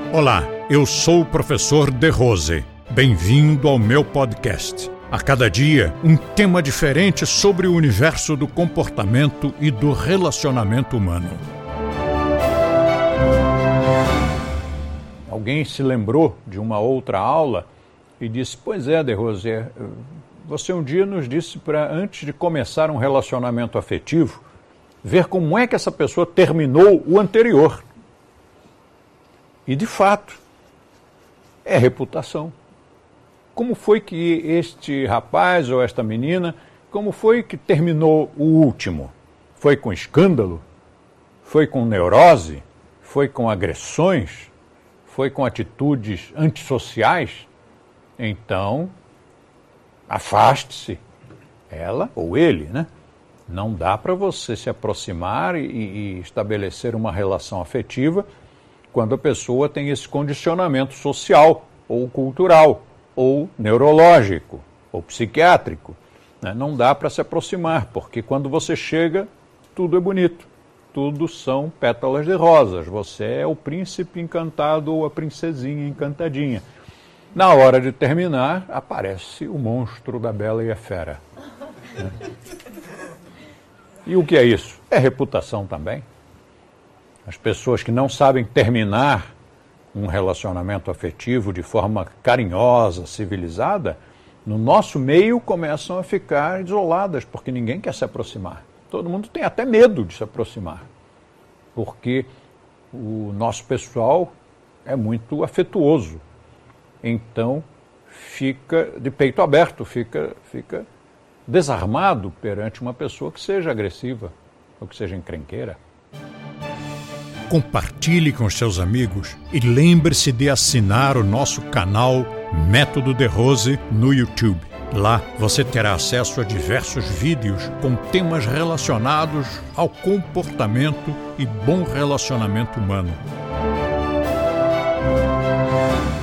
Olá, eu sou o professor De Rose. Bem-vindo ao meu podcast. A cada dia, um tema diferente sobre o universo do comportamento e do relacionamento humano. Alguém se lembrou de uma outra aula e disse: pois é, De Rose, você um dia nos disse para, antes de começar um relacionamento afetivo, ver como é que essa pessoa terminou o anterior. E, de fato, é reputação. Como foi que este rapaz ou esta menina, como foi que terminou o último? Foi com escândalo? Foi com neurose? Foi com agressões? Foi com atitudes antissociais? Então, afaste-se, ela ou ele, né? Não dá para você se aproximar e estabelecer uma relação afetiva quando a pessoa tem esse condicionamento social, ou cultural, ou neurológico, ou psiquiátrico. Né? Não dá para se aproximar, porque quando você chega, tudo é bonito. Tudo são pétalas de rosas. Você é o príncipe encantado ou a princesinha encantadinha. Na hora de terminar, aparece o monstro da Bela e a Fera. Né? E o que é isso? É reputação também. As pessoas que não sabem terminar um relacionamento afetivo de forma carinhosa, civilizada, no nosso meio começam a ficar isoladas, porque ninguém quer se aproximar. Todo mundo tem até medo de se aproximar, porque o nosso pessoal é muito afetuoso. Então, fica de peito aberto, fica desarmado perante uma pessoa que seja agressiva ou que seja encrenqueira. Compartilhe com seus amigos e lembre-se de assinar o nosso canal Método De Rose no YouTube. Lá você terá acesso a diversos vídeos com temas relacionados ao comportamento e bom relacionamento humano.